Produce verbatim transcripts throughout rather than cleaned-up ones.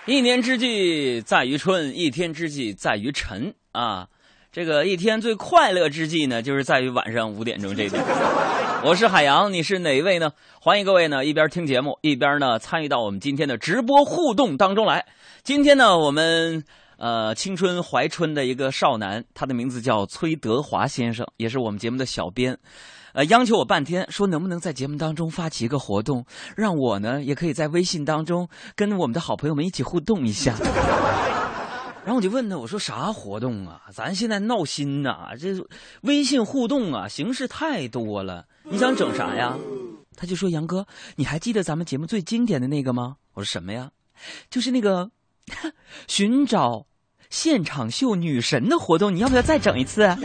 一年之计在于春，一天之计在于晨啊。这个一天最快乐之际呢，就是在于晚上五点钟这点。我是海洋，你是哪一位呢？欢迎各位呢一边听节目，一边呢参与到我们今天的直播互动当中来。今天呢，我们呃青春怀春的一个少男，他的名字叫崔德华先生，也是我们节目的小编。呃，央求我半天，说能不能在节目当中发起一个活动，让我呢也可以在微信当中跟我们的好朋友们一起互动一下。然后我就问他，我说啥活动啊？咱现在闹心呐、啊，这微信互动啊，形式太多了，你想整啥呀？他就说：“杨哥，你还记得咱们节目最经典的那个吗？”我说：“什么呀？”就是那个寻找现场秀女神的活动，你要不要再整一次啊？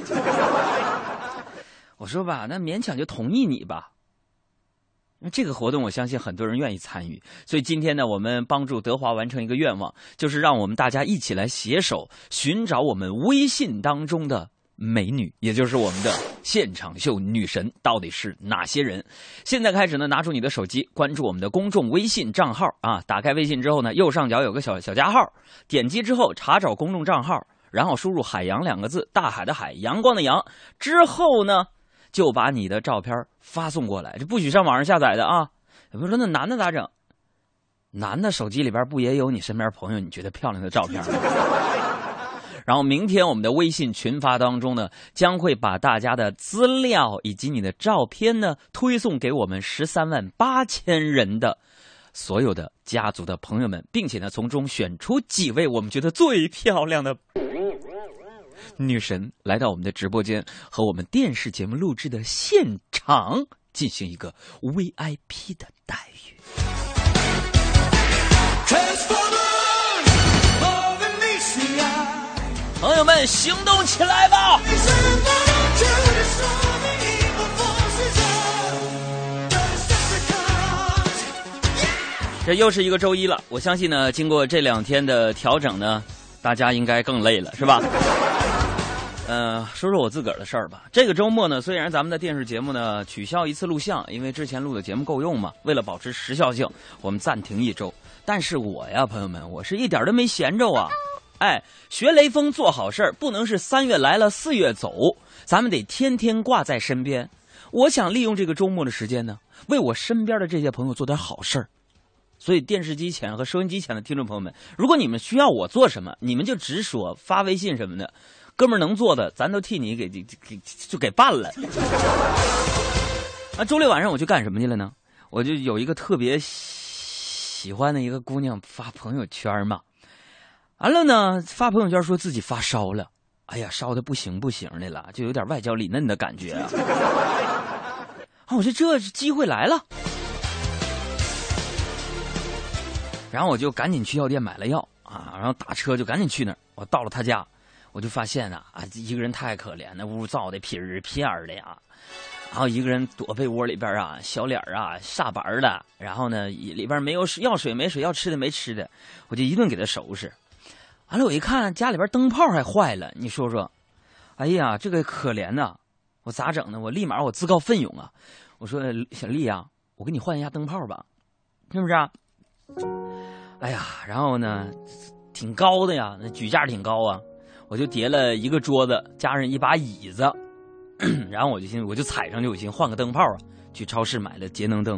我说吧，那勉强就同意你吧。这个活动我相信很多人愿意参与，所以今天呢，我们帮助德华完成一个愿望，就是让我们大家一起来携手寻找我们微信当中的美女，也就是我们的现场秀女神到底是哪些人。现在开始呢，拿出你的手机，关注我们的公众微信账号啊，打开微信之后呢，右上角有个小小加号，点击之后查找公众账号，然后输入海洋两个字，大海的海，阳光的阳，之后呢就把你的照片发送过来，这不许上网上下载的啊！有朋友说那男的咋整？男的手机里边不也有你身边朋友你觉得漂亮的照片吗？然后明天我们的微信群发当中呢，将会把大家的资料以及你的照片呢推送给我们十三万八千人的所有的家族的朋友们，并且呢从中选出几位我们觉得最漂亮的女神来到我们的直播间，和我们电视节目录制的现场进行一个 V I P 的待遇。朋友们，行动起来吧！这又是一个周一了，我相信呢，经过这两天的调整呢，大家应该更累了，是吧？呃，说说我自个儿的事儿吧。这个周末呢，虽然咱们的电视节目呢取消一次录像，因为之前录的节目够用嘛，为了保持时效性，我们暂停一周。但是我呀，朋友们，我是一点都没闲着啊！哎，学雷锋做好事儿，不能是三月来了四月走，咱们得天天挂在身边。我想利用这个周末的时间呢，为我身边的这些朋友做点好事儿。所以电视机前和收音机前的听众朋友们，如果你们需要我做什么，你们就直说，发微信什么的。哥们儿能做的，咱都替你给给给就给办了。啊，周六晚上我去干什么去了呢？我就有一个特别喜欢的一个姑娘发朋友圈嘛，完了呢，发朋友圈说自己发烧了，哎呀，烧的不行不行的了，就有点外焦里嫩的感觉啊。啊，我说这机会来了，然后我就赶紧去药店买了药啊，然后打车就赶紧去那儿。我到了他家。我就发现啊啊，一个人太可怜，那屋造的皮儿片儿的呀，然后一个人躲被窝里边啊，小脸啊煞白的，然后呢里边没有水，要水没水，要吃的没吃的，我就一顿给他收拾。完了我一看家里边灯泡还坏了，你说说，哎呀这个可怜呐、啊，我咋整呢？我立马我自告奋勇啊，我说小丽啊，我给你换一下灯泡吧，是不是啊？哎呀，然后呢挺高的呀，那举架挺高啊。我就叠了一个桌子，加上一把椅子，然后我就寻我就踩上去，我寻换个灯泡啊，去超市买了节能灯。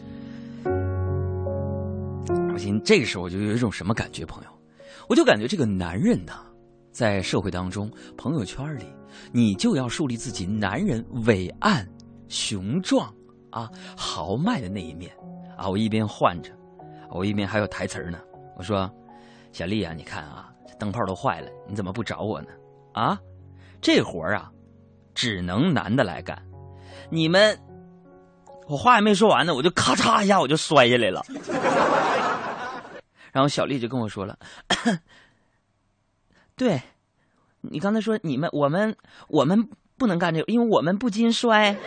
我寻这个时候我就有一种什么感觉，朋友，我就感觉这个男人呐，在社会当中，朋友圈里，你就要树立自己男人伟岸、雄壮啊、豪迈的那一面啊。我一边换着，我一边还有台词呢。我说，小丽啊，你看啊。灯泡都坏了，你怎么不找我呢？啊，这活儿啊，只能男的来干。你们，我话还没说完呢，我就咔嚓一下我就摔下来了。然后小丽就跟我说了，对，你刚才说你们我们我们不能干这个，因为我们不禁摔。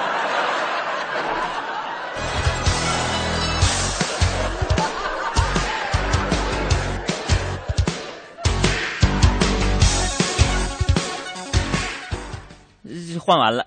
换完了，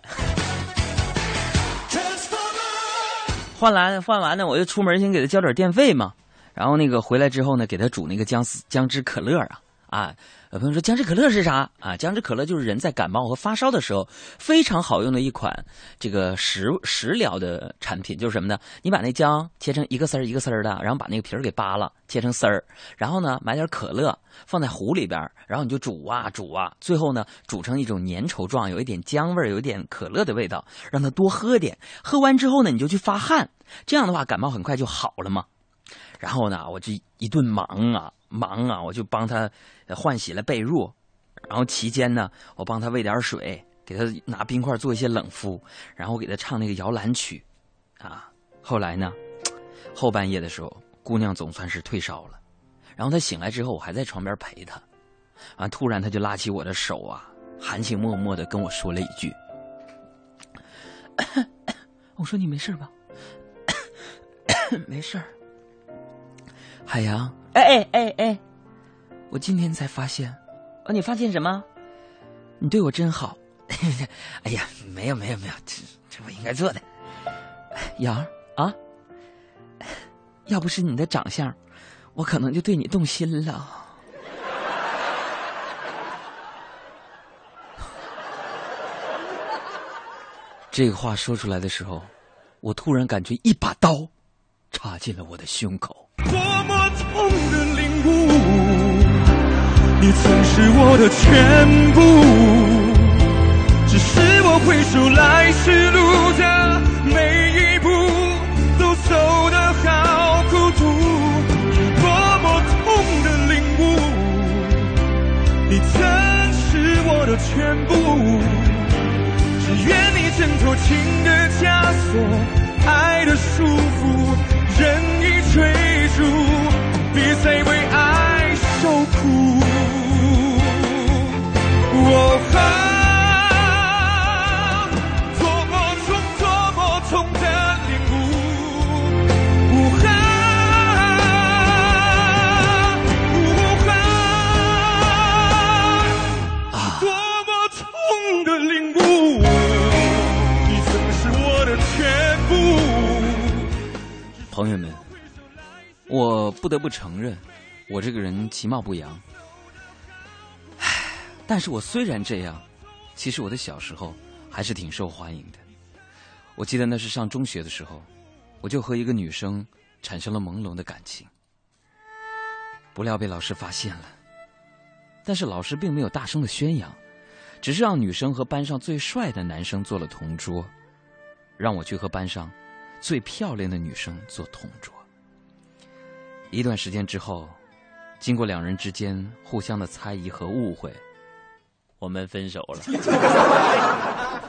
换完换完呢，我就出门先给他交点电费嘛。 然后那个回来之后呢，给他煮那个姜丝姜汁可乐啊啊。有朋友说姜汁可乐是啥啊？姜汁可乐就是人在感冒和发烧的时候非常好用的一款这个食食疗的产品，就是什么呢？你把那姜切成一个丝儿一个丝儿的，然后把那个皮儿给扒了，切成丝儿，然后呢买点可乐放在壶里边，然后你就煮啊煮啊，最后呢煮成一种粘稠状，有一点姜味儿，有一点可乐的味道，让它多喝点。喝完之后呢，你就去发汗，这样的话感冒很快就好了嘛。然后呢，我这一顿忙啊忙啊，我就帮他换洗了被褥，然后期间呢，我帮他喂点水，给他拿冰块做一些冷敷，然后给他唱那个摇篮曲，啊，后来呢，后半夜的时候，姑娘总算是退烧了，然后她醒来之后，我还在床边陪她，啊，突然她就拉起我的手啊，含情脉脉的跟我说了一句，我说你没事吧？没事儿。海洋，哎哎哎哎，我今天才发现，哦，你发现什么？你对我真好。哎呀，没有没有没有，这这我应该做的。洋儿啊，要不是你的长相，我可能就对你动心了。这个话说出来的时候，我突然感觉一把刀插进了我的胸口。 多么痛的领悟，你曾是我的全部，只是我回首来时路的每一步都走得好孤独。多么痛的领悟，你曾是我的全部，只愿你挣脱情的枷锁，爱的束缚，任意追逐，别再为爱受苦。哦啊，多么痛，多么痛的领悟。哦啊，哦啊，多么痛的领悟，你曾是我的全部。 朋友们，我不得不承认，我这个人其貌不扬。唉，但是我虽然这样，其实我的小时候还是挺受欢迎的。我记得那是上中学的时候，我就和一个女生产生了朦胧的感情，不料被老师发现了。但是老师并没有大声的宣扬，只是让女生和班上最帅的男生做了同桌，让我去和班上最漂亮的女生做同桌。一段时间之后，经过两人之间互相的猜疑和误会，我们分手了。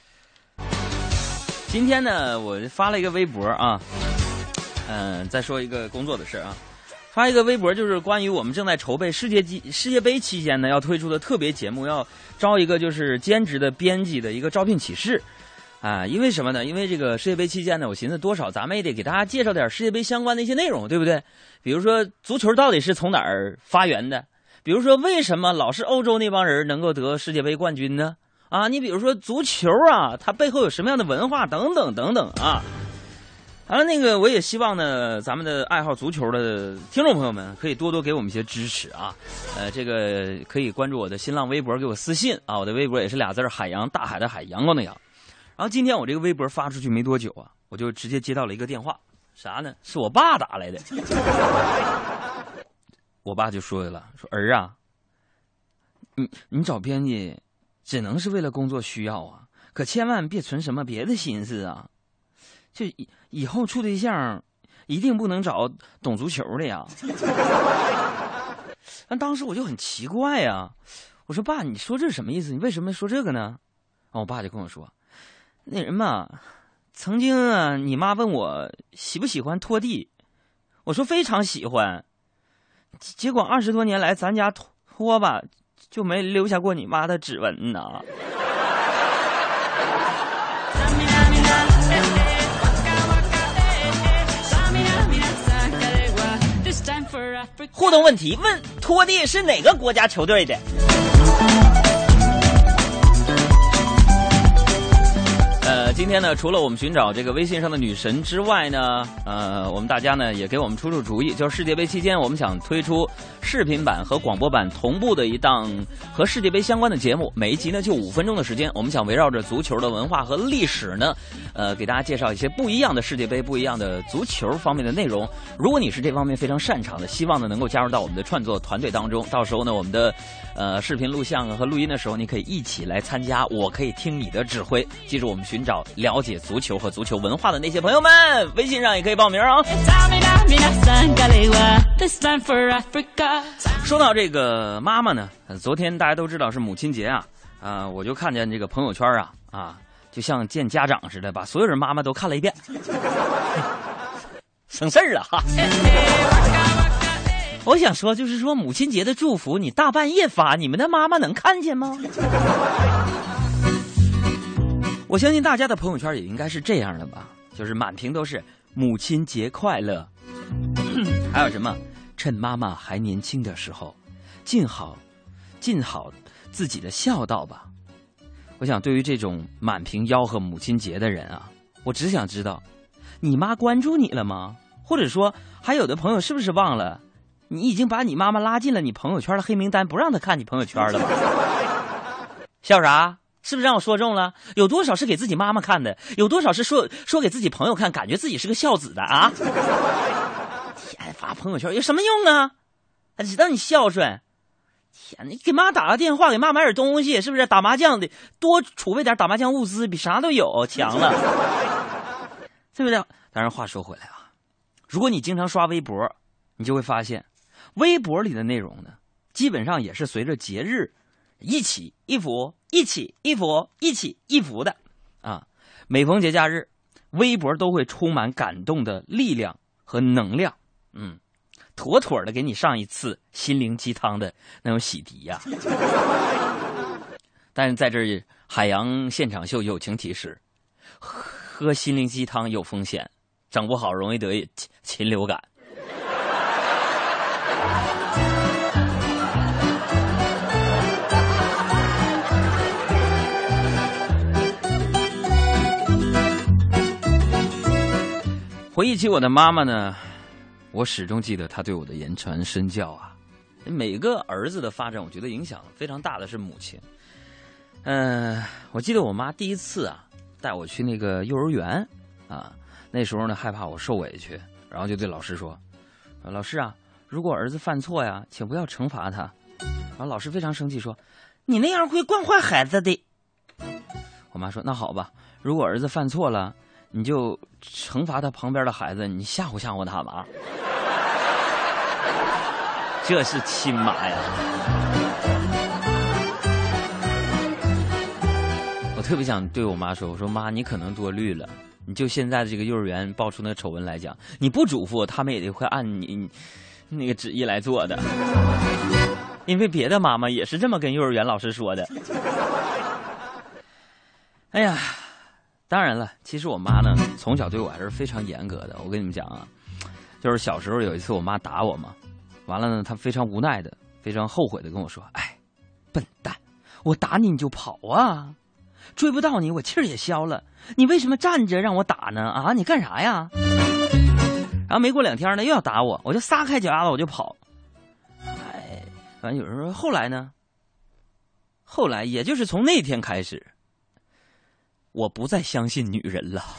今天呢，我发了一个微博啊，嗯、呃，再说一个工作的事啊，发一个微博，就是关于我们正在筹备世界级世界杯期间呢要推出的特别节目，要招一个就是兼职的编辑的一个招聘启事。啊，因为什么呢？因为这个世界杯期间呢，我寻思多少咱们也得给大家介绍点世界杯相关的一些内容，对不对？比如说足球到底是从哪儿发源的？比如说为什么老是欧洲那帮人能够得世界杯冠军呢？啊，你比如说足球啊，它背后有什么样的文化等等等等啊。完了，那个我也希望呢，咱们的爱好足球的听众朋友们可以多多给我们一些支持啊。呃，这个可以关注我的新浪微博，给我私信啊。我的微博也是俩字儿：海洋，大海的海，阳光的阳。然后今天我这个微博发出去没多久啊，我就直接接到了一个电话，啥呢？是我爸打来的。我爸就说了，说儿啊，你你找编辑只能是为了工作需要啊，可千万别存什么别的心思啊。就以以后处对象一定不能找懂足球的呀。但当时我就很奇怪呀，我说爸，你说这是什么意思？你为什么说这个呢？然后我爸就跟我说，那人嘛，曾经啊，你妈问我喜不喜欢拖地，我说非常喜欢，结果二十多年来咱家拖吧就没留下过你妈的指纹呢。互动问题问：拖地是哪个国家球队的？呃，今今天呢，除了我们寻找这个微信上的女神之外呢，呃，我们大家呢也给我们出出主意，就是世界杯期间，我们想推出视频版和广播版同步的一档和世界杯相关的节目，每一集呢就五分钟的时间，我们想围绕着足球的文化和历史呢，呃，给大家介绍一些不一样的世界杯、不一样的足球方面的内容。如果你是这方面非常擅长的，希望呢能够加入到我们的创作团队当中，到时候呢，我们的呃视频录像和录音的时候，你可以一起来参加，我可以听你的指挥。记住，我们寻找了解足球和足球文化的那些朋友们，微信上也可以报名啊。说到这个妈妈呢，昨天大家都知道是母亲节啊，啊、呃，我就看见这个朋友圈啊啊，就像见家长似的，把所有人妈妈都看了一遍，省事儿了哈。我想说，就是说母亲节的祝福，你大半夜发，你们的妈妈能看见吗？我相信大家的朋友圈也应该是这样的吧，就是满屏都是母亲节快乐，还有什么趁妈妈还年轻的时候，尽好尽好自己的孝道吧。我想对于这种满屏吆喝母亲节的人啊，我只想知道，你妈关注你了吗？或者说，还有的朋友是不是忘了，你已经把你妈妈拉进了你朋友圈的黑名单，不让她看你朋友圈了吧？笑啥？是不是让我说中了？有多少是给自己妈妈看的？有多少是说说给自己朋友看，感觉自己是个孝子的啊？天，发朋友圈有什么用啊？知道你孝顺。天，你给妈打个电话，给妈买点东西，是不是？打麻将的多储备点打麻将物资，比啥都有强了，对不对？当然，话说回来啊，如果你经常刷微博，你就会发现，微博里的内容呢，基本上也是随着节日一起一伏。一起一幅一起一幅的啊！每逢节假日，微博都会充满感动的力量和能量，嗯，妥妥的给你上一次心灵鸡汤的那种洗涤呀、啊。但是在这儿，海洋现场秀友情提示：喝心灵鸡汤有风险，整不好容易得禽流感。回忆起我的妈妈呢，我始终记得她对我的言传身教啊。每个儿子的发展，我觉得影响非常大的是母亲。嗯、呃，我记得我妈第一次啊带我去那个幼儿园啊，那时候呢害怕我受委屈，然后就对老师说：“老师啊，如果儿子犯错呀，请不要惩罚他。”然后老师非常生气说：“你那样会惯坏孩子的。”我妈说：“那好吧，如果儿子犯错了，你就惩罚他旁边的孩子，你吓唬吓唬他吧。”这是亲妈呀！我特别想对我妈说：“我说妈，你可能多虑了。你就现在的这个幼儿园爆出那个丑闻来讲，你不嘱咐，他们也会按你那个旨意来做的。因为别的妈妈也是这么跟幼儿园老师说的。”哎呀！当然了，其实我妈呢，从小对我还是非常严格的。我跟你们讲啊，就是小时候有一次我妈打我嘛，完了呢，她非常无奈的、非常后悔的跟我说：“哎，笨蛋，我打你你就跑啊，追不到你我气儿也消了，你为什么站着让我打呢？啊，你干啥呀？”然后没过两天呢，又要打我，我就撒开脚丫子我就跑。哎，反正有人说后来呢，后来也就是从那天开始，我不再相信女人了，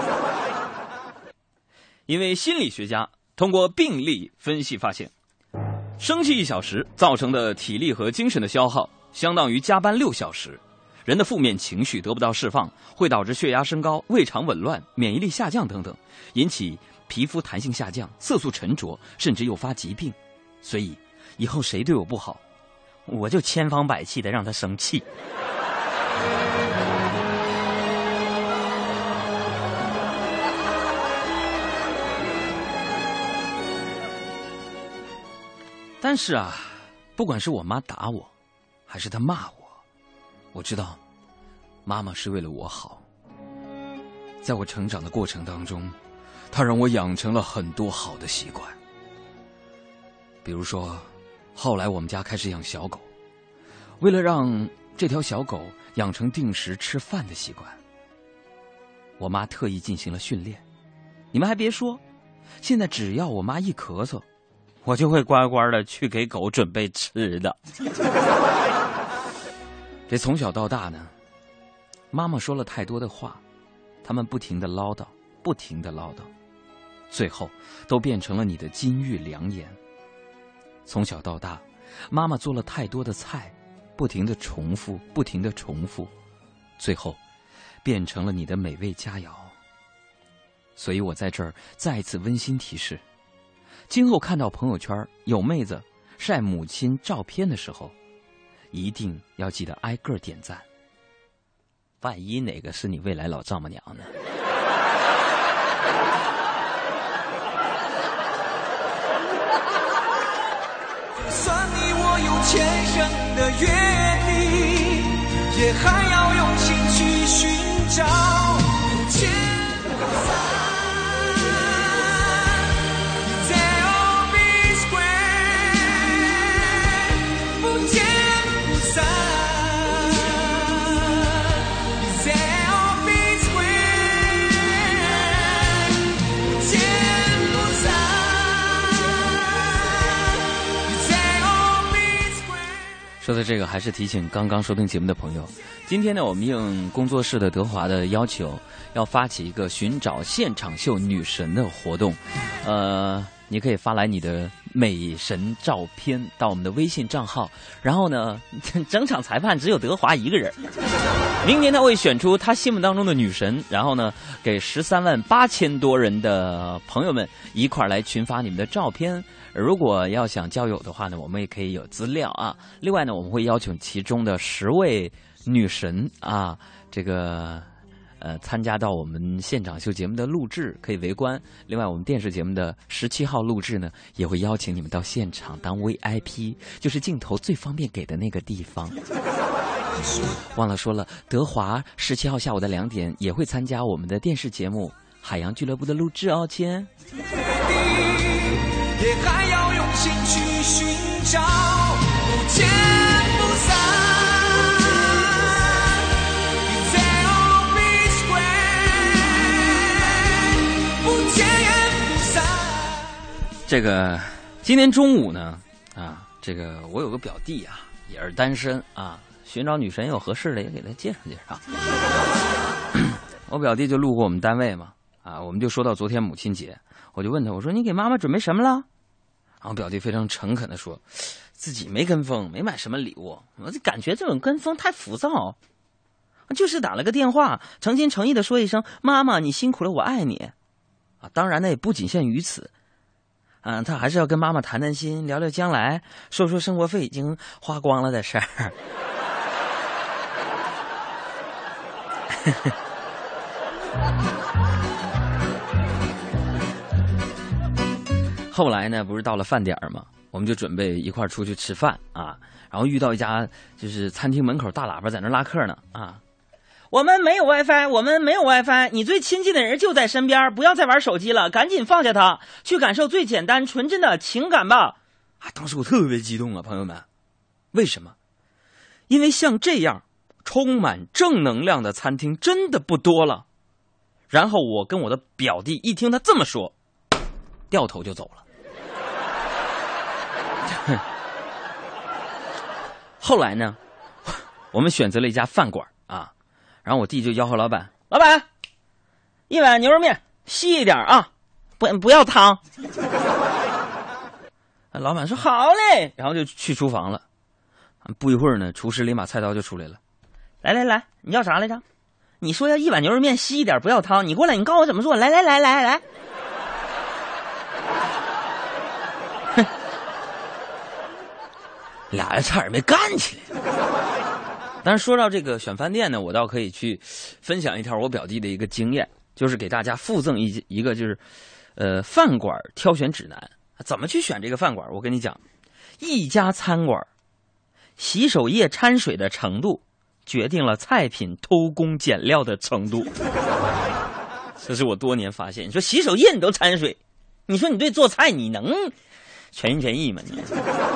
因为心理学家通过病例分析发现，生气一小时造成的体力和精神的消耗，相当于加班六小时。人的负面情绪得不到释放，会导致血压升高、胃肠紊乱、免疫力下降等等，引起皮肤弹性下降、色素沉着，甚至诱发疾病。所以，以后谁对我不好，我就千方百计的让他生气。但是啊，不管是我妈打我，还是她骂我，我知道，妈妈是为了我好。在我成长的过程当中，她让我养成了很多好的习惯。比如说，后来我们家开始养小狗，为了让这条小狗养成定时吃饭的习惯， 我妈特意进行了训练。你们还别说，现在只要我妈一咳嗽，我就会乖乖的去给狗准备吃的。这从小到大呢，妈妈说了太多的话，他们不停的唠叨，不停的唠叨，最后都变成了你的金玉良言。从小到大，妈妈做了太多的菜，不停的重复，不停的重复，最后变成了你的美味佳肴。所以我在这儿再次温馨提示，今后看到朋友圈有妹子晒母亲照片的时候，一定要记得挨个点赞，万一哪个是你未来老丈母娘呢？ 就算你我有前生的约定，也还要用心去寻找，不见不散。 说到这个，还是提醒刚刚收听节目的朋友，今天呢，我们应工作室的德华的要求，要发起一个寻找现场秀女神的活动。呃，你可以发来你的美神照片到我们的微信账号，然后呢，整场裁判只有德华一个人。明年他会选出他心目当中的女神，然后呢，给十三万八千多人的朋友们一块来群发你们的照片。如果要想交友的话呢，我们也可以有资料啊。另外呢，我们会邀请其中的十位女神啊，这个呃参加到我们现场秀节目的录制，可以围观。另外，我们电视节目的十七号录制呢，也会邀请你们到现场当 V I P， 就是镜头最方便给的那个地方。忘了说了，德华十七号下午的两点也会参加我们的电视节目《海洋俱乐部》的录制哦，亲。 也还要用心去寻找，不见不散。不见不散。 这个今天中午呢，啊，这个我有个表弟啊，也是单身啊，寻找女神有合适的也给他介绍介绍。我表弟就路过我们单位嘛，啊，我们就说到昨天母亲节。我就问他，我说你给妈妈准备什么了？然后表弟非常诚恳地说，自己没跟风，没买什么礼物。我就感觉这种跟风太浮躁，就是打了个电话，诚心诚意地说一声妈妈你辛苦了，我爱你。啊，当然呢也不仅限于此，啊，他还是要跟妈妈谈谈心，聊聊将来，说说生活费已经花光了的事儿。后来呢，不是到了饭点嘛，我们就准备一块出去吃饭啊，然后遇到一家就是餐厅门口大喇叭在那拉客呢啊，我们没有 WiFi， 我们没有 WiFi， 你最亲近的人就在身边，不要再玩手机了，赶紧放下它，去感受最简单纯真的情感吧。啊，当时我特别激动啊，朋友们，为什么？因为像这样充满正能量的餐厅真的不多了。然后我跟我的表弟一听他这么说，掉头就走了。后来呢，我们选择了一家饭馆啊，然后我弟就吆喝老板：“老板，一碗牛肉面，稀一点啊，不不要汤。”老板说：“好嘞。”然后就去厨房了。不一会儿呢，厨师拎把菜刀就出来了：“来来来，你要啥来着？你说要一碗牛肉面，稀一点，不要汤。你过来，你告诉我怎么做。来来来来来。”俩人差点没干起来。但是说到这个选饭店呢，我倒可以去分享一条我表弟的一个经验，就是给大家附赠一一个就是呃饭馆挑选指南。怎么去选这个饭馆？我跟你讲，一家餐馆洗手液掺水的程度决定了菜品偷工减料的程度。这是我多年发现。你说洗手液你都掺水，你说你对做菜你能全心全意吗？你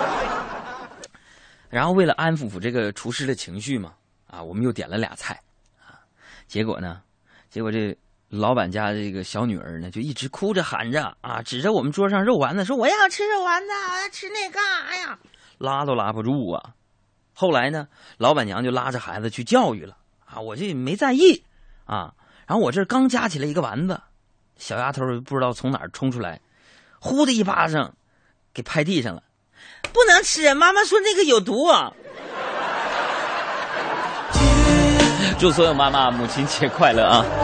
然后为了安抚这个厨师的情绪嘛，啊，我们又点了俩菜，啊，结果呢，结果这老板家这个小女儿呢，就一直哭着喊着啊，指着我们桌上肉丸子说：“我要吃肉丸子，我要吃那个。”哎呀，拉都拉不住啊！后来呢，老板娘就拉着孩子去教育了啊，我这没在意啊。然后我这刚夹起来一个丸子，小丫头不知道从哪儿冲出来，呼的一巴掌给拍地上了，不能吃，妈妈说那个有毒啊！祝所有妈妈母亲节快乐啊！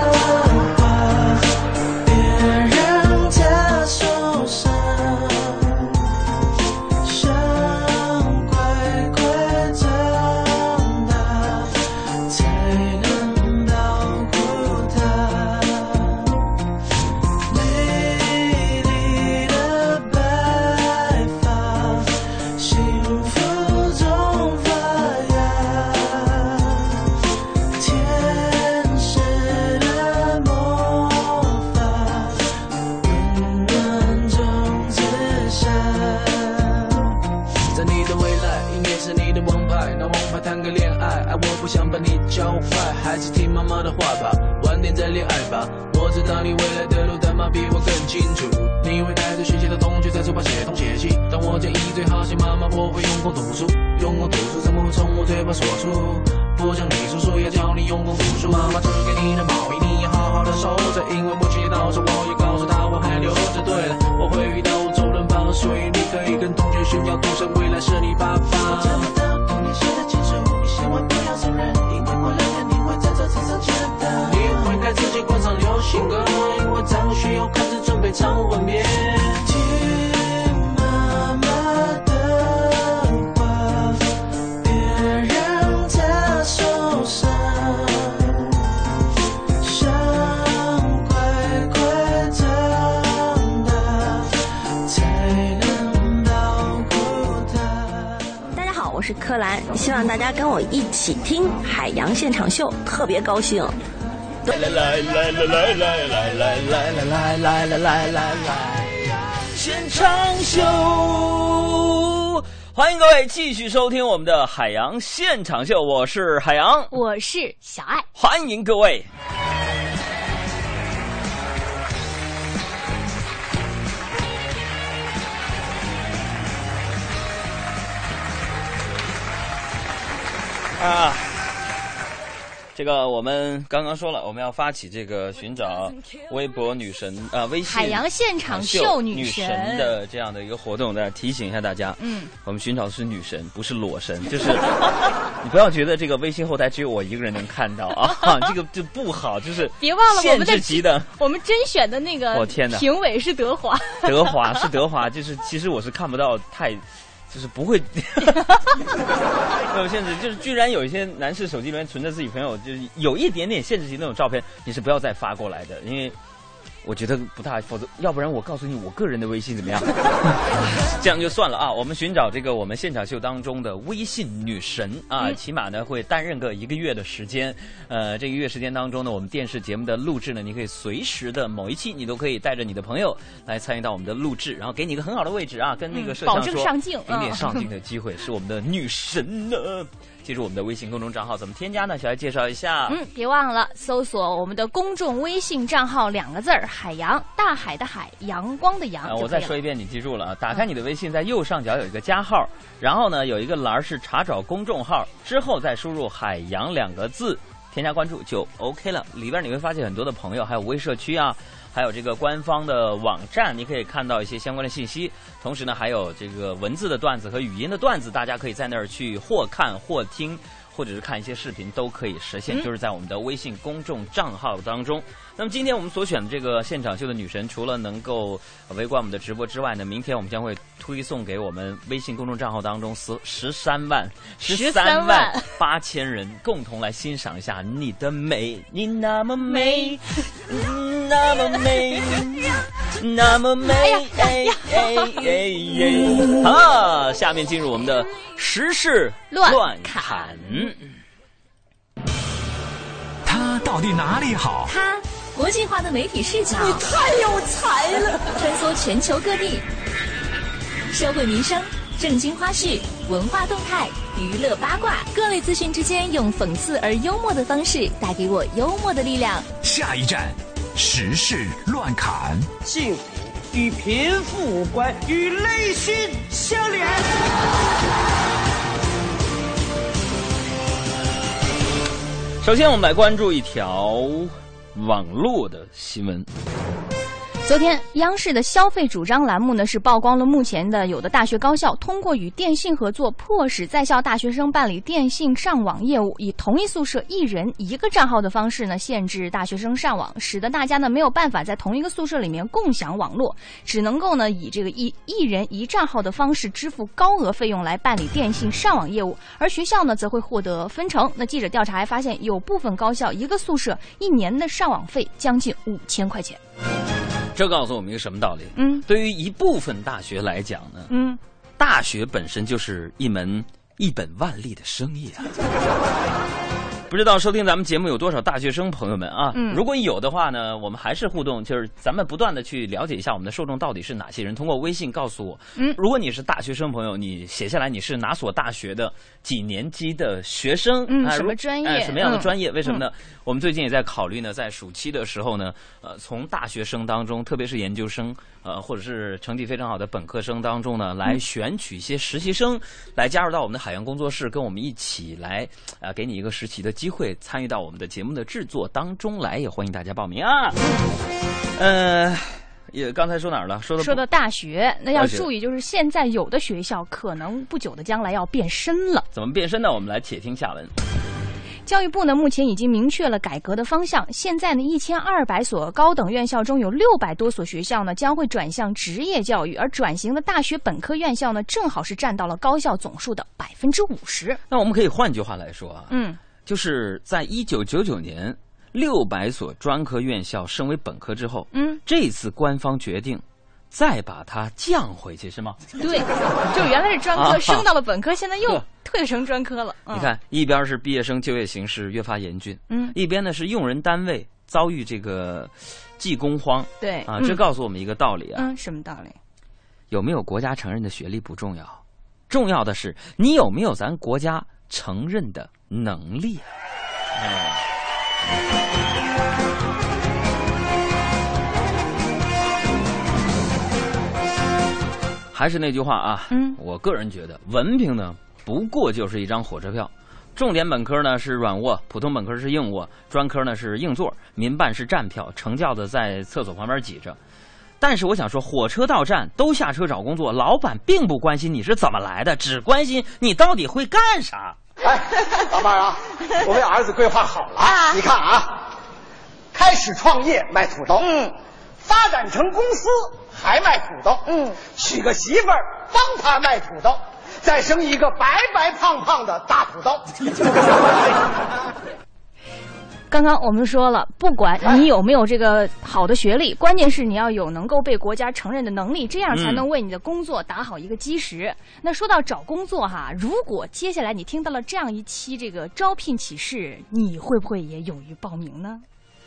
想把你教坏，还是听妈妈的话吧，晚点再恋爱吧。我知道你未来的路，但妈比我更清楚。你会带着学习的同学在书包写东写西，但我建议最好写妈妈我会用功读书，用功读书怎么会从我嘴巴说出？不像你叔叔要教你用功读书，妈妈织给你的毛衣你要好好的收着，因为母亲节到时我也告诉她我还留着。对了，我会遇到周润发，所以你可以跟同学炫耀，赌神未来是你爸爸。我找不到跟你写的清楚，你千万不要承认，因为过两天你会在这车上见到。你会开自己灌上流行歌，因为在我需要开始准备唱晚眠。听妈妈的话，别让她受伤，想快快长大，才能保护她。 大家好，我是柯蓝，希望大家跟我一起听海洋现场秀，特别高兴。 来来来来来来来来来来来来来来来，现场秀，欢迎各位继续收听我们的海洋现场秀，我是海洋， 我是小爱， 欢迎各位。啊，这个我们刚刚说了，我们要发起这个寻找微博女神啊、呃，微信海洋现场秀女神的这样的一个活动，再提醒一下大家， 嗯， 我们寻找的是女神，不是裸神，就是你不要觉得这个微信后台只有我一个人能看到啊，这个就不好，就是别忘了我们的限制级的， 我们甄选的那个， 我天哪， 评委是德华， 德华是德华，就是其实我是看不到太。就是不会有限制，就是居然有一些男士手机里面存着自己朋友，就是有一点点限制级那种照片，你是不要再发过来的，因为我觉得不太，否则要不然我告诉你我个人的微信怎么样？这样就算了啊。我们寻找这个我们现场秀当中的微信女神啊，嗯、起码呢会担任个一个月的时间。呃，这个月时间当中呢，我们电视节目的录制呢，你可以随时的某一期，你都可以带着你的朋友来参与到我们的录制，然后给你一个很好的位置啊，跟那个摄像说， 保证上镜， 给点上镜的机会，是我们的女神呢。记住我们的微信公众账号怎么添加呢？小爱介绍一下。 嗯，别忘了搜索我们的公众微信账号两个字儿：海洋，大海的海，阳光的阳。 啊，我再说一遍，你记住了啊！打开你的微信，在右上角有一个加号，然后呢有一个栏是查找公众号，之后再输入海洋两个字，添加关注就 OK 了。里边你会发现很多的朋友，还有微社区啊。还有这个官方的网站，你可以看到一些相关的信息。同时呢，还有这个文字的段子和语音的段子，大家可以在那儿去或看或听，或者是看一些视频，都可以实现。嗯、就是在我们的微信公众账号当中。那么今天我们所选的这个现场秀的女神，除了能够围观我们的直播之外呢，明天我们将会推送给我们微信公众账号当中十十三万十三万八千人共同来欣赏一下你的美，你那么美，那么美，那么美，哎哎哎哎！好了，下面进入我们的时事乱侃。 他到底哪里好？ 他国际化的媒体视角， 你太有才了！ 穿梭全球各地，社会民生、正经花絮、文化动态、娱乐八卦，各类资讯之间，用讽刺而幽默的方式，带给我幽默的力量。 下一站， 时事乱侃， 幸福与贫富无关，与内心相连。 首先，我们来关注一条网络的新闻。 昨天，央视的消费主张栏目呢是曝光了目前的有的大学高校通过与电信合作，迫使在校大学生办理电信上网业务，以同一宿舍一人一个账号的方式呢限制大学生上网，使得大家呢没有办法在同一个宿舍里面共享网络，只能够呢以这个一一人一账号的方式支付高额费用来办理电信上网业务，而学校呢则会获得分成。那记者调查还发现，有部分高校一个宿舍一年的上网费将近五千块钱。 这告诉我们一个什么道理？ 嗯， 对于一部分大学来讲呢， 嗯， 大学本身就是一门一本万利的生意啊。不知道收听咱们节目有多少大学生朋友们啊？嗯，如果有的话呢，我们还是互动，就是咱们不断的去了解一下我们的受众到底是哪些人。通过微信告诉我，嗯，如果你是大学生朋友，你写下来你是哪所大学的几年级的学生， 嗯， 啊、 什么专业、 哎，什么样的专业？ 嗯、 为什么呢？我们最近也在考虑呢，在暑期的时候呢，呃，从大学生当中，特别是研究生，呃，或者是成绩非常好的本科生当中呢，来选取一些实习生，来加入到我们的海洋工作室，跟我们一起来，啊、呃，给你一个实习的机会，参与到我们的节目的制作当中来，也欢迎大家报名啊。呃，也刚才说哪儿了？说的说到大学，那要注意，就是现在有的学校可能不久的将来要变身了。 怎么变身呢？我们来且听下文。 教育部呢，目前已经明确了改革的方向。现在呢，一千二百所高等院校中有六百多所学校呢，将会转向职业教育，而转型的大学本科院校呢，正好是占到了高校总数的百分之五十。 那我们可以换句话来说啊， 嗯， 就是在一九九九年，六百所专科院校升为本科之后， 嗯， 这次官方决定再把它降回去，是吗？ 对，就原来是专科，啊、升到了本科，现在又退成专科了。 嗯、你看，一边是毕业生就业形势越发严峻， 嗯， 一边呢是用人单位遭遇这个技工荒， 对啊，这告诉我们一个道理啊， 嗯，什么道理？ 有没有国家承认的学历不重要，重要的是你有没有咱国家承认的能力。哎。还是那句话啊， 嗯， 我个人觉得文凭呢不过就是一张火车票，重点本科呢是软卧，普通本科是硬卧，专科呢是硬座，民办是站票，成教的在厕所旁边挤着。但是我想说，火车到站都下车找工作，老板并不关心你是怎么来的，只关心你到底会干啥。 哎，老伴儿啊，我为儿子规划好了啊，你看啊，开始创业卖土豆，嗯，发展成公司还卖土豆，嗯，娶个媳妇儿帮他卖土豆，再生一个白白胖胖的大土豆。 刚刚我们说了，不管你有没有这个好的学历，关键是你要有能够被国家承认的能力，这样才能为你的工作打好一个基石。嗯、那说到找工作哈，如果接下来你听到了这样一期这个招聘启事，你会不会也勇于报名呢？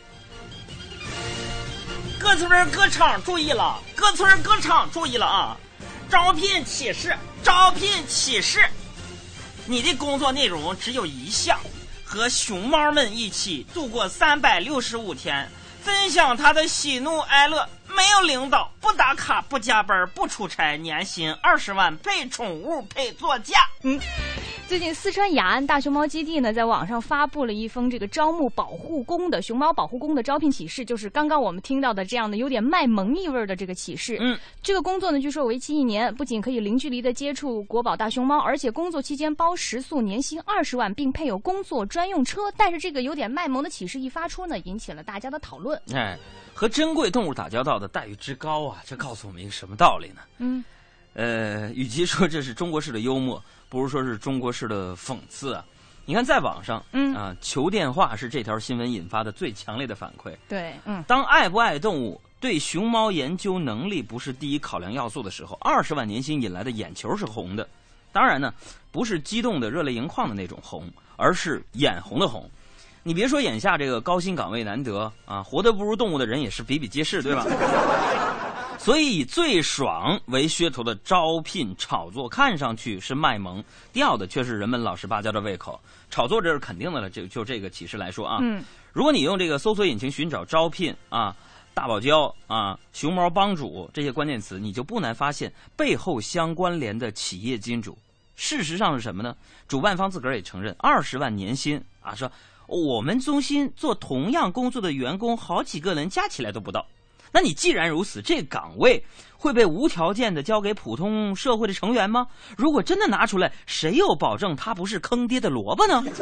各村各厂注意了，各村各厂注意了啊！招聘启事，招聘启事，你的工作内容只有一项。和熊猫们一起度过三百六十五天，分享他的喜怒哀乐。没有领导，不打卡，不加班，不出差，年薪二十万，配宠物，配座驾。 嗯，最近四川雅安大熊猫基地呢，在网上发布了一封这个招募保护工的熊猫保护工的招聘启事，就是刚刚我们听到的这样的有点卖萌意味的这个启事。 嗯， 这个工作呢，据说为期一年，不仅可以零距离的接触国宝大熊猫，而且工作期间包食宿，年薪二十万，并配有工作专用车。但是这个有点卖萌的启事一发出呢，引起了大家的讨论。 哎，和珍贵动物打交道的待遇之高啊，这告诉我们一个什么道理呢？ 嗯， 呃，与其说这是中国式的幽默，不如说是中国式的讽刺啊。你看，在网上， 嗯啊，求电话是这条新闻引发的最强烈的反馈。 对，嗯， 当爱不爱动物对熊猫研究能力不是第一考量要素的时候，二十万年薪引来的眼球是红的。当然呢，不是激动的热泪盈眶的那种红，而是眼红的红。你别说眼下这个高薪岗位难得啊，活得不如动物的人也是比比皆是，对吧？所以以最爽为噱头的招聘炒作，看上去是卖萌，吊的却是人们老实巴交的胃口。炒作这是肯定的了，就就这个启示来说啊， 嗯， 如果你用这个搜索引擎寻找招聘啊、大堡礁啊、熊猫帮主这些关键词，你就不难发现背后相关联的企业金主。事实上是什么呢？主办方自个儿也承认，二十万年薪啊，说我们中心做同样工作的员工好几个人加起来都不到。那你既然如此，这岗位会被无条件的交给普通社会的成员吗？如果真的拿出来，谁又保证他不是坑爹的萝卜呢？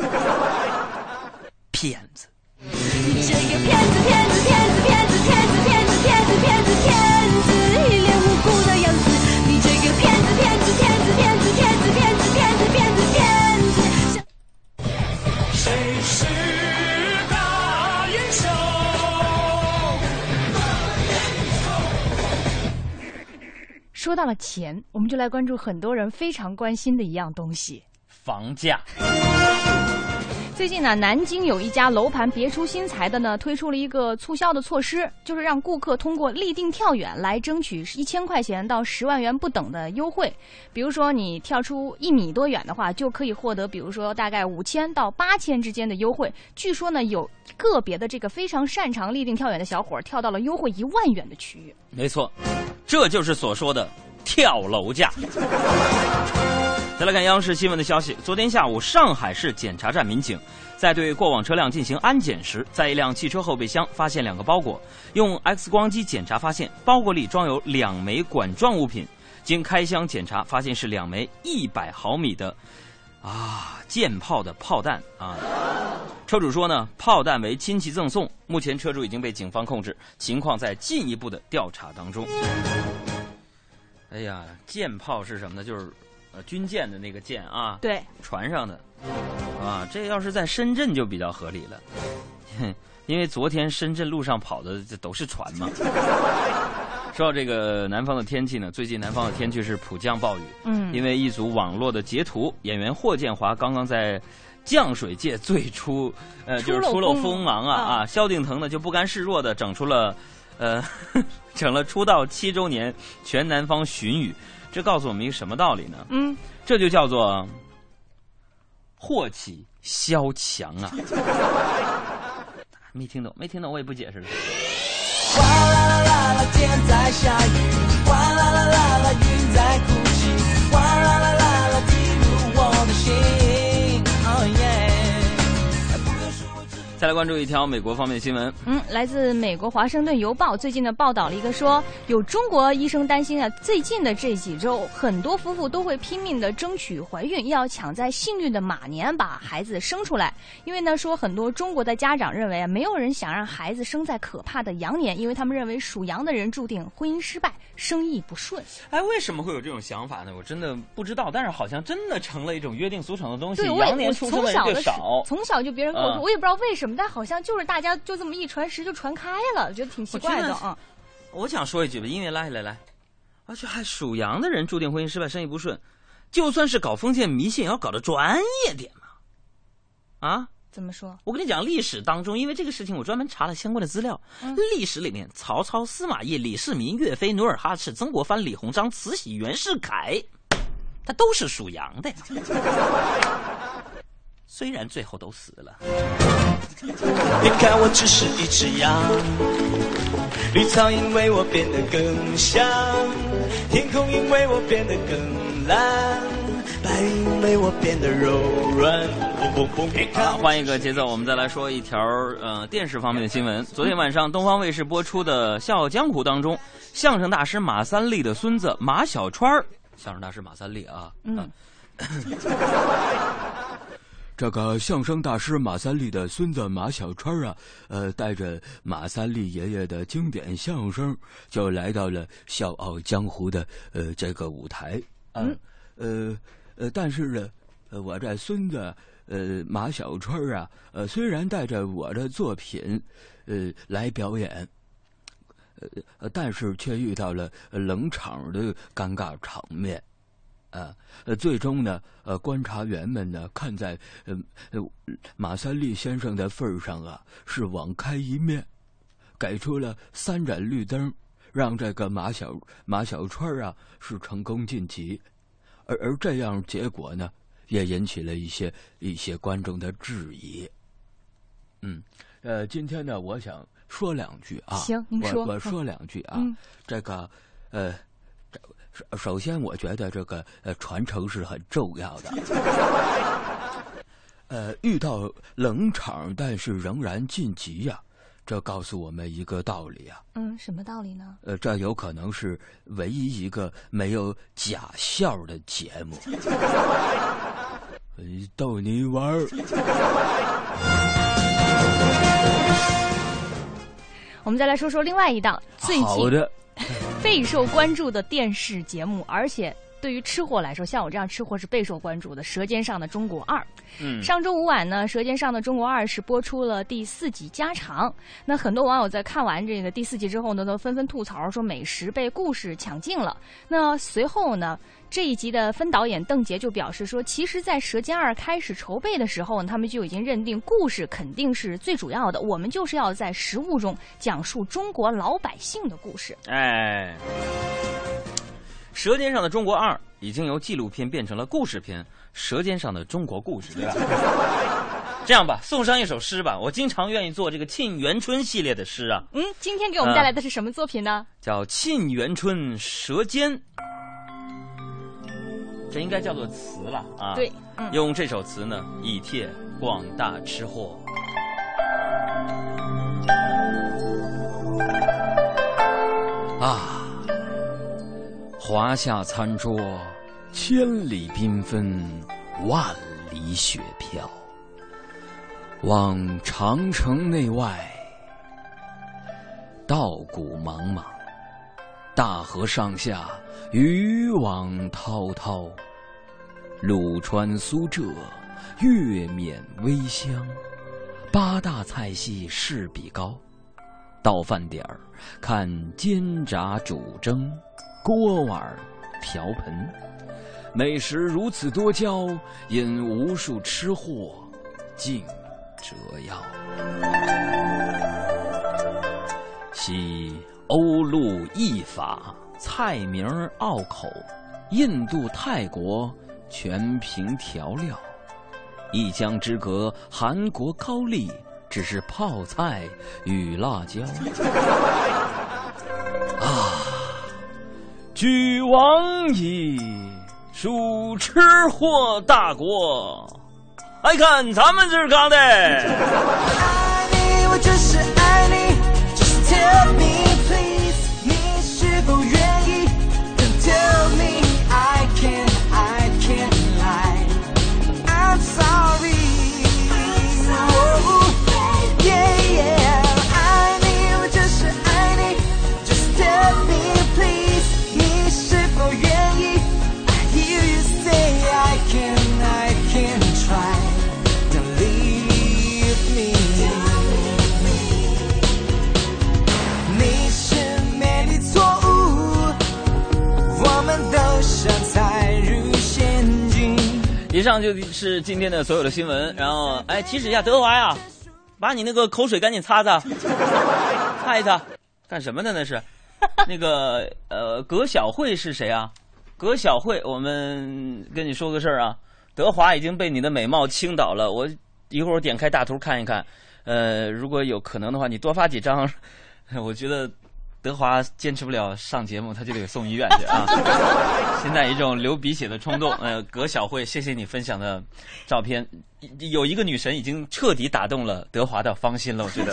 骗子！ 你这个骗子，骗子，骗子，骗子，骗子，骗子，骗子，骗子，骗子，一脸无辜的样子。你这个骗子，骗子，骗子，骗子，骗子，骗子，骗子，骗子，骗子。 谁是大英雄？ 说到了钱，我们就来关注很多人非常关心的一样东西—— 房价。 最近呢，南京有一家楼盘别出心裁的呢，推出了一个促销的措施，就是让顾客通过立定跳远来争取一千块钱到十万元不等的优惠。比如说你跳出一米多远的话，就可以获得比如说大概五千到八千之间的优惠。据说呢，有个别的这个非常擅长立定跳远的小伙跳到了优惠一万元的区域。 没错，这就是所说的跳楼价。再来看央视新闻的消息，昨天下午，上海市检查站民警在对过往车辆进行安检时，在一辆汽车后备箱发现两个包裹，用 X 光机检查发现包裹里装有两枚管状物品，经开箱检查发现是两枚一百毫米的啊舰炮的炮弹啊。车主说呢，炮弹为亲戚赠送，目前车主已经被警方控制，情况在进一步的调查当中。哎呀，舰炮是什么呢？就是呃，军舰的那个舰啊， 对， 船上的，啊，这要是在深圳就比较合理了，因为昨天深圳路上跑的这都是船嘛。说到这个南方的天气呢，最近南方的天气是普降暴雨，嗯，因为一组网络的截图，演员霍建华刚刚在降水界最出，呃，就是出露锋芒啊啊，萧敬腾呢就不甘示弱的整出了，呃，整了出道七周年全南方巡雨。这告诉我们一个什么道理呢？嗯，这就叫做祸起萧墙啊！没听懂，没听懂，我也不解释了。 哗啦啦啦啦，天在下雨；哗啦啦啦啦，云在哭泣；哗啦啦啦啦，滴入我的心。Oh yeah。 再来关注一条美国方面的新闻。 嗯，来自美国《华盛顿邮报》最近的报道了一个说，有中国医生担心啊，最近的这几周，很多夫妇都会拼命的争取怀孕，要抢在幸运的马年把孩子生出来。因为呢，说很多中国的家长认为啊，没有人想让孩子生在可怕的羊年，因为他们认为属羊的人注定婚姻失败，生意不顺。 哎，为什么会有这种想法呢？我真的不知道，但是好像真的成了一种约定俗成的东西。 对， 羊年出生的人就少， 从小就别人跟我说，嗯、我也不知道为什么。但好像就是大家就这么一传十就传开了，觉得挺奇怪的啊。 我想说一句吧，音乐拉下来来，而且还属羊的人注定婚姻失败，生意不顺，就算是搞封建迷信，也要搞得专业点嘛。啊？ 怎么说？ 我跟你讲，历史当中，因为这个事情，我专门查了相关的资料。嗯、历史里面，曹操、司马懿、李世民、岳飞、努尔哈赤、曾国藩、李鸿章、慈禧、袁世凯，他都是属羊的呀。虽然最后都死了。 别看我只是一只羊，绿草因为我变得更香，天空因为我变得更蓝，白云因为我变得柔软。 好，换一个节奏，我们再来说一条呃电视方面的新闻。昨天晚上，东方卫视播出的《笑傲江湖》当中，相声大师马三立的孙子马小川儿，相声大师马三立啊，嗯。 这个相声大师马三立的孙子马小川啊，呃，带着马三立爷爷的经典相声，就来到了《笑傲江湖》的呃这个舞台。嗯，呃呃，但是呢，呃，我这孙子呃马小川啊，呃，虽然带着我的作品呃来表演，呃，但是却遇到了冷场的尴尬场面。啊，呃，最终呢，呃，观察员们呢，看在呃呃马三立先生的份上啊，是网开一面，给出了三盏绿灯，让这个马小马小川啊是成功晋级，而而这样结果呢，也引起了一些一些观众的质疑。嗯， 呃，今天呢，我想说两句啊。 行，您说。 我我说两句啊。 嗯、 这个，呃，首首先，我觉得这个呃传承是很重要的。呃，遇到冷场，但是仍然晋级呀、啊，这告诉我们一个道理啊。 嗯，什么道理呢？ 呃，这有可能是唯一一个没有假笑的节目。逗你玩儿。 我们再来说说另外一档最近好的备受关注的电视节目，而且对于吃货来说，像我这样吃货是备受关注的《舌尖上的中国二》。 嗯， 上周五晚呢，《舌尖上的中国二》是播出了第四集加长。那很多网友在看完这个第四集之后呢，都纷纷吐槽说美食被故事抢尽了。那随后呢，这一集的分导演邓婕就表示说，其实在《舌尖二》开始筹备的时候呢，他们就已经认定故事肯定是最主要的，我们就是要在食物中讲述中国老百姓的故事。 哎。《舌尖上的中国二》已经由纪录片变成了故事片，《舌尖上的中国故事》，对吧？这样吧，送上一首诗吧。我经常愿意做这个《沁园春》系列的诗啊。 嗯，今天给我们带来的是什么作品呢？ 呃、叫《沁园春·舌尖》，这应该叫做词了啊。 对，嗯、 用这首词呢，以帖广大吃货。啊。华夏餐桌，千里缤纷，万里雪飘。望长城内外，道谷茫茫，大河上下，渔网滔滔。鲁川苏浙，粤缅微香，八大菜系势比高。到饭点儿，看煎炸煮蒸。锅碗瓢盆，美食如此多娇，引无数吃货竞折腰。西欧陆意法，菜名拗口；印度泰国全凭调料。一江之隔，韩国高丽只是泡菜与辣椒。啊！举王矣，属吃货大国。来看咱们这儿干的。 爱你，我就是爱你 ，Just tell me please， 你是否愿意 ？Don't tell me I can't, I can't lie. I'm sorry. Oh, yeah, yeah， 爱你，我就是爱你 ，Just tell me please。是否愿意 ？I hear you say I can, I can try. Don't leave me. 你是美丽错误，我们都想踩入陷阱。 以上就是今天的所有的新闻。然后，哎，提示一下德华呀，把你那个口水赶紧擦擦，擦一擦，干什么呢？那是。那个呃，葛小慧是谁啊？葛小慧，我们跟你说个事儿啊，德华已经被你的美貌倾倒了。我一会儿点开大图看一看，呃，如果有可能的话，你多发几张。我觉得德华坚持不了上节目，他就得送医院去啊。现在一种流鼻血的冲动。呃，葛小慧，谢谢你分享的照片。有一个女神已经彻底打动了德华的芳心了，我觉得。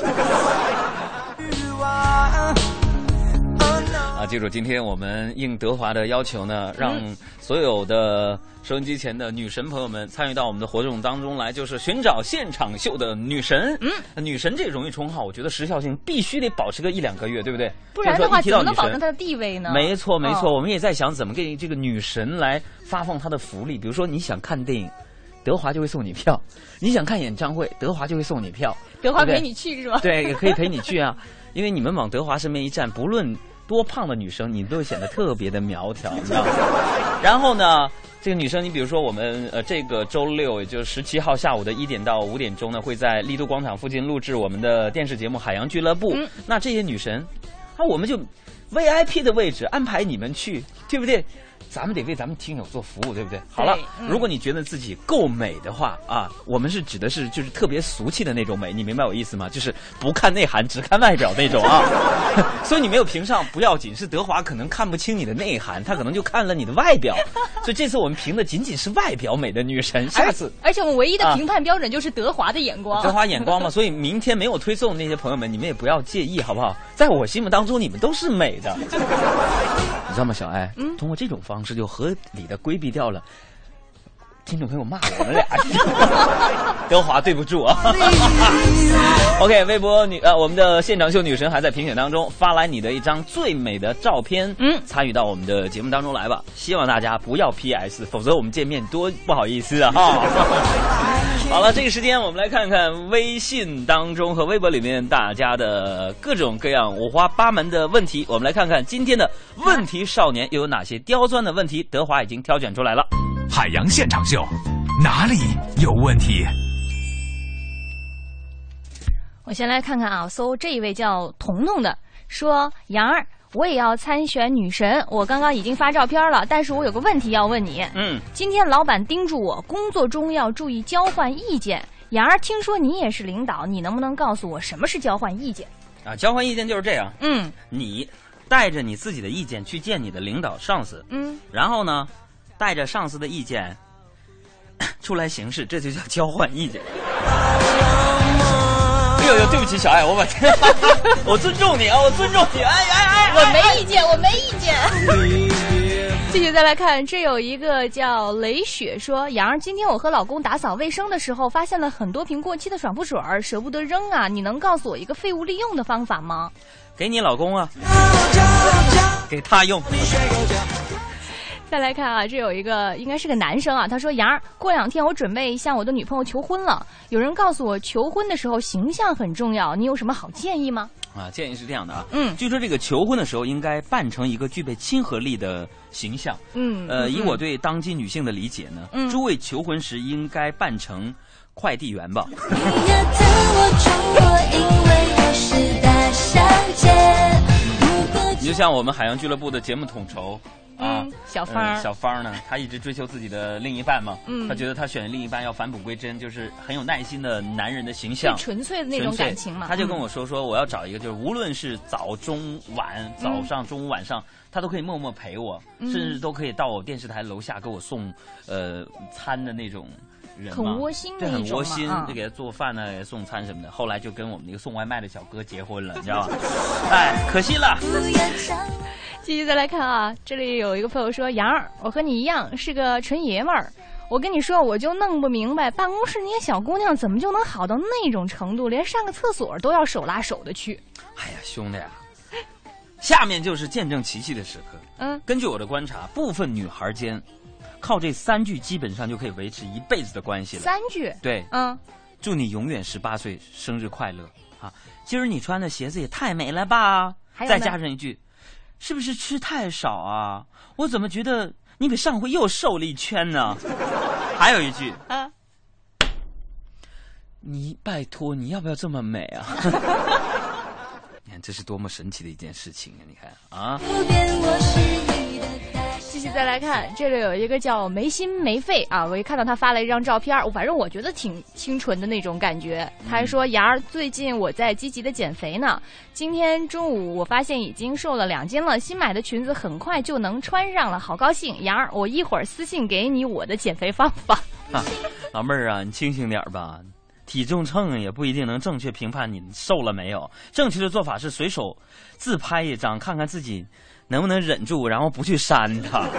啊，记住，今天我们应德华的要求呢，让所有的收音机前的女神朋友们参与到我们的活动当中来，就是寻找现场秀的女神。嗯，女神这荣誉称号，我觉得时效性必须得保持个一两个月，对不对？ 不然的话，怎么能保证她的地位呢？ 没错，没错，哦、我们也在想怎么给这个女神来发放她的福利。比如说，你想看电影，德华就会送你票；你想看演唱会，德华就会送你票。 德华陪你去是吧？ 对，也可以陪你去啊，因为你们往德华身边一站，不论多胖的女生，你都会显得特别的苗条，你知道吗？然后呢，这个女生，你比如说我们呃这个周六，也就是十七号下午的一点到五点钟呢，会在丽都广场附近录制我们的电视节目《海洋俱乐部》。嗯、那这些女神，啊，我们就 V I P 的位置安排你们去，对不对？ 咱们得为咱们听友做服务，对不对？好了， 嗯、 如果你觉得自己够美的话啊，我们是指的是就是特别俗气的那种美，你明白我意思吗？就是不看内涵只看外表那种啊。所以你没有评上不要紧，是德华可能看不清你的内涵，他可能就看了你的外表。所以这次我们评的仅仅是外表美的女神，下次而且我们唯一的评判标准就是德华的眼光， 啊、德华眼光嘛。所以明天没有推送的那些朋友们，你们也不要介意，好不好？在我心目当中，你们都是美的。你知道吗，小艾？嗯，通过这种方式就合理的规避掉了听众朋友骂我们俩。德华，对不住啊。OK， 微博女呃，我们的现场秀女神还在评选当中，发来你的一张最美的照片，嗯，参与到我们的节目当中来吧。希望大家不要 P S， 否则我们见面多不好意思啊哈。好了，这个时间我们来看看微信当中和微博里面大家的各种各样五花八门的问题。我们来看看今天的问题少年又有哪些刁钻的问题，德华已经挑选出来了。 海洋现场秀，哪里有问题？ 我先来看看啊，搜这一位叫彤彤的，说杨儿，我也要参选女神，我刚刚已经发照片了，但是我有个问题要问你。 嗯， 今天老板叮嘱我工作中要注意交换意见，杨儿，听说你也是领导，你能不能告诉我什么是交换意见？ 啊，交换意见就是这样。 嗯， 你带着你自己的意见去见你的领导上司， 嗯，然后呢，带着上司的意见出来行事，这就叫交换意见。哎呦呦，对不起小爱，我把我尊重你啊，我尊重你，哎哎哎， 我没意见，我没意见。继续再来看，这有一个叫雷雪说，杨儿，今天我和老公打扫卫生的时候，发现了很多瓶过期的爽肤水，舍不得扔啊，你能告诉我一个废物利用的方法吗？ 给你老公啊，给他用。 再来看啊，这有一个应该是个男生啊，他说杨儿，过两天我准备向我的女朋友求婚了，有人告诉我求婚的时候形象很重要，你有什么好建议吗？ 啊，建议是这样的啊， 嗯， 据说这个求婚的时候应该扮成一个具备亲和力的形象， 嗯， 呃， 嗯以我对当今女性的理解呢，嗯，诸位求婚时应该扮成快递员吧。你就像我们海洋俱乐部的节目统筹。啊、 嗯，小芳、 呃，小芳呢，她一直追求自己的另一半嘛， 嗯， 她觉得她选另一半要返璞归真，就是很有耐心的男人的形象， 最纯粹的那种感情嘛。 她就跟我说说，我要找一个，就是无论是早中晚，早上、中午、晚上，她都可以默默陪我， 嗯、 甚至都可以到我电视台楼下给我送呃餐的那种。人很窝心的对，很窝心， 啊、 就给他做饭呢，给他送餐什么的。后来就跟我们那个送外卖的小哥结婚了，你知道吧？哎，可惜了。 继续再来看啊，这里有一个朋友说：“杨儿，我和你一样是个纯爷们儿，我跟你说，我就弄不明白，办公室那些小姑娘怎么就能好到那种程度，连上个厕所都要手拉手的去。” 哎呀，兄弟啊！下面就是见证奇迹的时刻。 嗯， 根据我的观察，部分女孩间。靠这三句基本上就可以维持一辈子的关系了。 三句， 对， 嗯， 祝你永远十八岁，生日快乐啊！今儿你穿的鞋子也太美了吧！再加上一句，是不是吃太少啊？我怎么觉得你比上回又瘦了一圈呢？还有一句啊，你拜托，你要不要这么美啊？你看，这是多么神奇的一件事情啊！你看啊。 继续再来看，这里有一个叫没心没肺啊，我一看到他发了一张照片，反正我觉得挺清纯的那种感觉。他还说：“杨儿，最近我在积极的减肥呢，今天中午我发现已经瘦了两斤了，新买的裙子很快就能穿上了，好高兴！杨儿，我一会儿私信给你我的减肥方法。 啊”老妹儿啊，你清醒点吧，体重秤也不一定能正确评判你瘦了没有，正确的做法是随手自拍一张，看看自己能不能忍住，然后不去删它。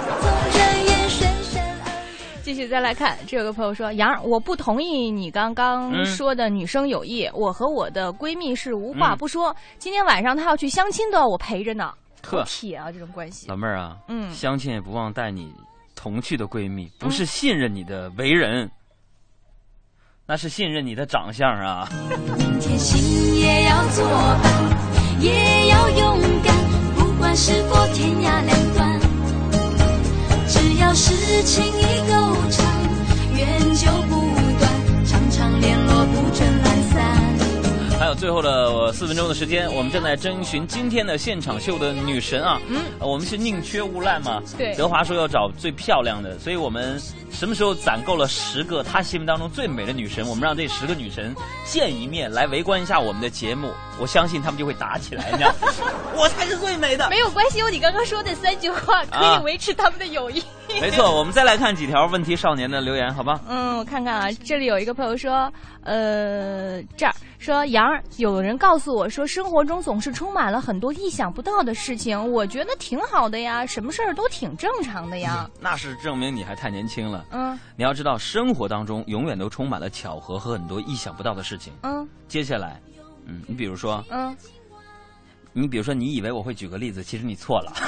继续再来看，这有个朋友说：“杨儿，我不同意你刚刚说的女生友谊，嗯、我和我的闺蜜是无话不说。嗯、今天晚上她要去相亲，都要我陪着呢。好铁啊，这种关系。” 老妹儿啊， 嗯， 相亲也不忘带你同去的闺蜜，不是信任你的为人，嗯、那是信任你的长相啊。 明天心也要作伴，也要勇敢。不管是否天涯两端，只要是情意够长，缘就不断，常常联络不准懒散。 还有最后的四分钟的时间，我们正在征询今天的现场秀的女神啊。嗯，我们是宁缺毋滥嘛。 对。 德华说要找最漂亮的，所以我们什么时候攒够了十个他心目当中最美的女神，我们让这十个女神见一面，来围观一下我们的节目。我相信他们就会打起来，你知道我才是最美的。 没有关系，有你刚刚说的三句话可以维持他们的友谊。 啊、没错，我们再来看几条问题少年的留言，好吧？ 嗯，我看看啊，这里有一个朋友说，呃，这儿说杨儿，有人告诉我说，生活中总是充满了很多意想不到的事情，我觉得挺好的呀，什么事儿都挺正常的呀。 嗯、那是证明你还太年轻了。 嗯， 你要知道，生活当中永远都充满了巧合和很多意想不到的事情。 嗯， 接下来。嗯，你比如说， 嗯， 你比如说，你以为我会举个例子，其实你错了。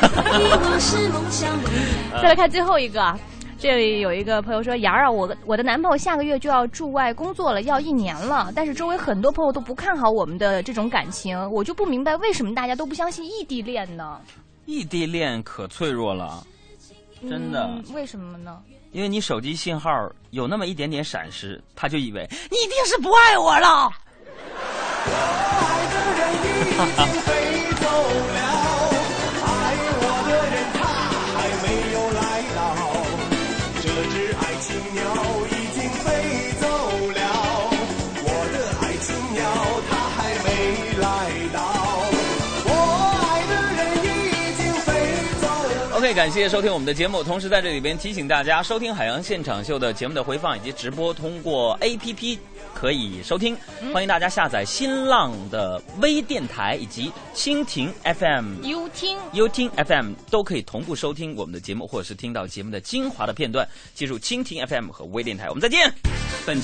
再来看最后一个，这里有一个朋友说：“杨儿啊，我我的男朋友下个月就要驻外工作了，要一年了，但是周围很多朋友都不看好我们的这种感情，我就不明白为什么大家都不相信异地恋呢？” 异地恋可脆弱了，真的。 嗯、为什么呢？ 因为你手机信号有那么一点点闪失，他就以为你一定是不爱我了。 我爱的人已经飞走了，爱我的人他还没有来到，这只爱情鸟已经飞走了，我的爱情鸟它还没来到，我爱的人已经飞走了。 OK， 感谢收听我们的节目，同时在这里边提醒大家，收听海洋现场秀的节目的回放以及直播，通过 A P P。可以收听，欢迎大家下载新浪的微电台以及蜻蜓 F M、 优听、 优听 F M 都可以同步收听我们的节目，或者是听到节目的精华的片段。记住，蜻蜓 F M 和微电台，我们再见。本